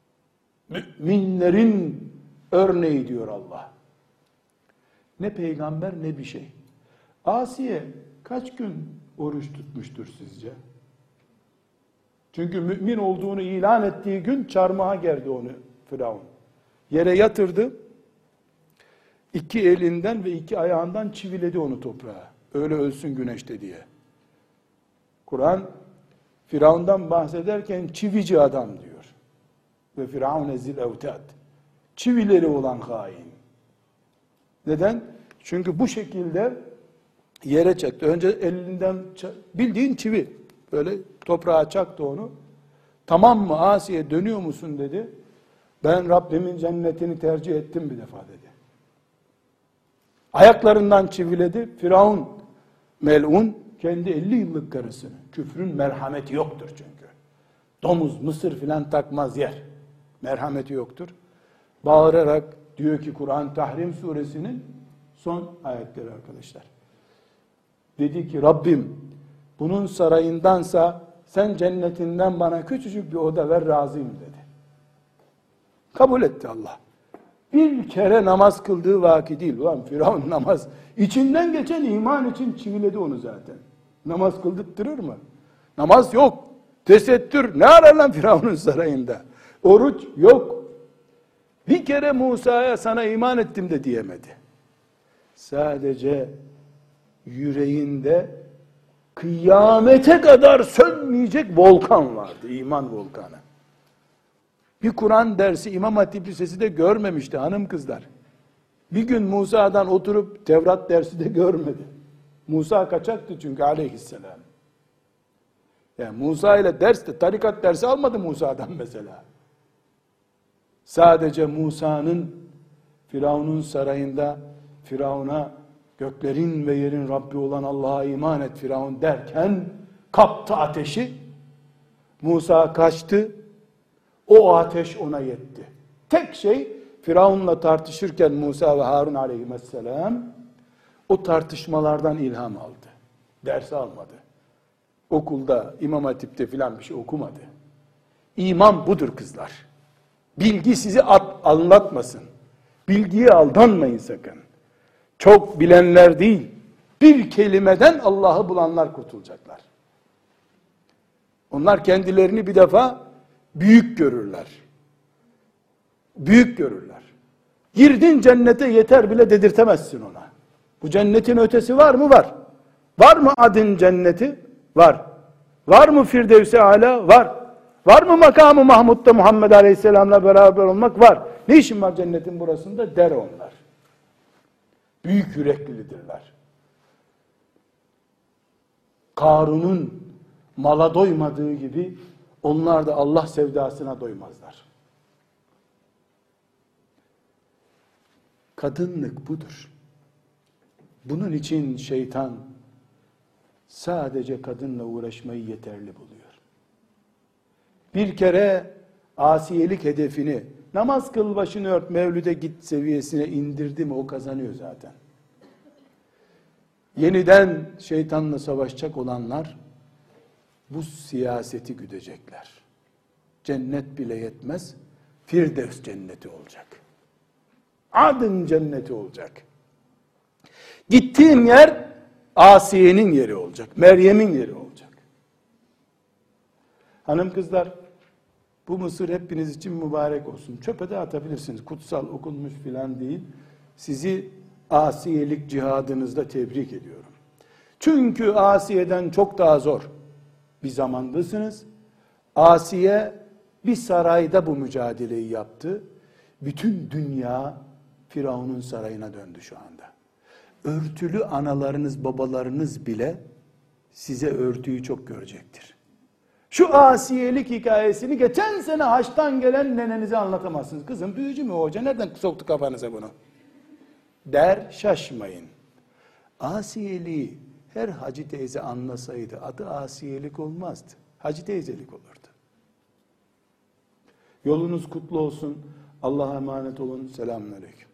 Müminlerin örneği diyor Allah. Ne peygamber ne bir şey. Asiye kaç gün oruç tutmuştur sizce? Çünkü mümin olduğunu ilan ettiği gün çarmıha gerdi onu Firavun. Yere yatırdı. İki elinden ve iki ayağından çiviledi onu toprağa. Öyle ölsün güneşte diye. Kur'an Firavun'dan bahsederken çivici adam diyor. Ve Firavun zil evtad. Çivileri olan hain. Neden? Çünkü bu şekilde yere çaktı. Önce elinden bildiğin çivi. Böyle toprağa çaktı onu. Tamam mı Asiye, dönüyor musun dedi. Ben Rabbimin cennetini tercih ettim bir defa dedi. Ayaklarından çiviledi. Firavun melun kendi elli yıllık karısını. Küfrün merhameti yoktur çünkü. Domuz, mısır filan takmaz yer. Merhameti yoktur. Bağırarak diyor ki Kur'an Tahrim suresinin son ayetleri arkadaşlar. Dedi ki Rabbim bunun sarayındansa sen cennetinden bana küçücük bir oda ver, razıyım dedi. Kabul etti Allah. Bir kere namaz kıldığı vaki değil. Ulan Firavun namaz. İçinden geçen iman için çiviledi onu zaten. Namaz kıldırtırır mı? Namaz yok. Tesettür. Ne arar lan Firavun'un sarayında? Oruç yok. Bir kere Musa'ya sana iman ettim de diyemedi. Sadece yüreğinde kıyamete kadar sönmeyecek volkan vardı. İman volkanı. Bir Kur'an dersi İmam Hatip Lisesi de görmemişti hanım kızlar. Bir gün Musa'dan oturup Tevrat dersi de görmedi. Musa kaçaktı çünkü aleyhisselam. Yani Musa ile ders de tarikat dersi almadı Musa'dan mesela. Sadece Musa'nın Firavun'un sarayında Firavun'a göklerin ve yerin Rabbi olan Allah'a iman et Firavun derken kaptı ateşi. Musa kaçtı. O ateş ona yetti. Tek şey Firavun'la tartışırken Musa ve Harun aleyhisselam O tartışmalardan ilham aldı. Ders almadı. Okulda, İmam Hatip'te filan bir şey okumadı. İman budur kızlar. Bilgi sizi at, anlatmasın. Bilgiye aldanmayın sakın. Çok bilenler değil, bir kelimeden Allah'ı bulanlar kurtulacaklar. Onlar kendilerini bir defa büyük görürler. Büyük görürler. Girdin cennete yeter bile dedirtemezsin ona. Bu cennetin ötesi var mı? Var. Var mı adın cenneti? Var. Var mı Firdevs-i Ala? Var. Var mı makamı Mahmud'da Muhammed Aleyhisselam'la beraber olmak? Var. Ne işin var cennetin burasında? Der onlar. Büyük yüreklidirler. Karun'un mala doymadığı gibi onlar da Allah sevdasına doymazlar. Kadınlık budur. Bunun için şeytan sadece kadınla uğraşmayı yeterli buluyor. Bir kere asiyelik hedefini, namaz kıl başını ört, mevlüde git seviyesine indirdi mi o kazanıyor zaten. Yeniden şeytanla savaşacak olanlar bu siyaseti güdecekler. Cennet bile yetmez, Firdevs cenneti olacak. Adın cenneti olacak. Gittiğim yer Asiye'nin yeri olacak, Meryem'in yeri olacak. Hanım kızlar, bu mısır hepiniz için mübarek olsun. Çöpe de atabilirsiniz. Kutsal, okunmuş filan değil. Sizi asiyelik cihadınızda tebrik ediyorum. Çünkü Asiye'den çok daha zor bir zamandasınız. Asiye bir sarayda bu mücadeleyi yaptı. Bütün dünya Firavun'un sarayına döndü şu anda. Örtülü analarınız, babalarınız bile size örtüyü çok görecektir. Şu asiyelik hikayesini geçen sene haçtan gelen nenenize anlatamazsınız. Kızım büyücü mü o hoca? Nereden soktu kafanıza bunu? Der, şaşmayın. Asiyeliği her hacı teyze anlasaydı adı asiyelik olmazdı. Hacı teyzelik olurdu. Yolunuz kutlu olsun. Allah'a emanet olun. Selamünaleyküm.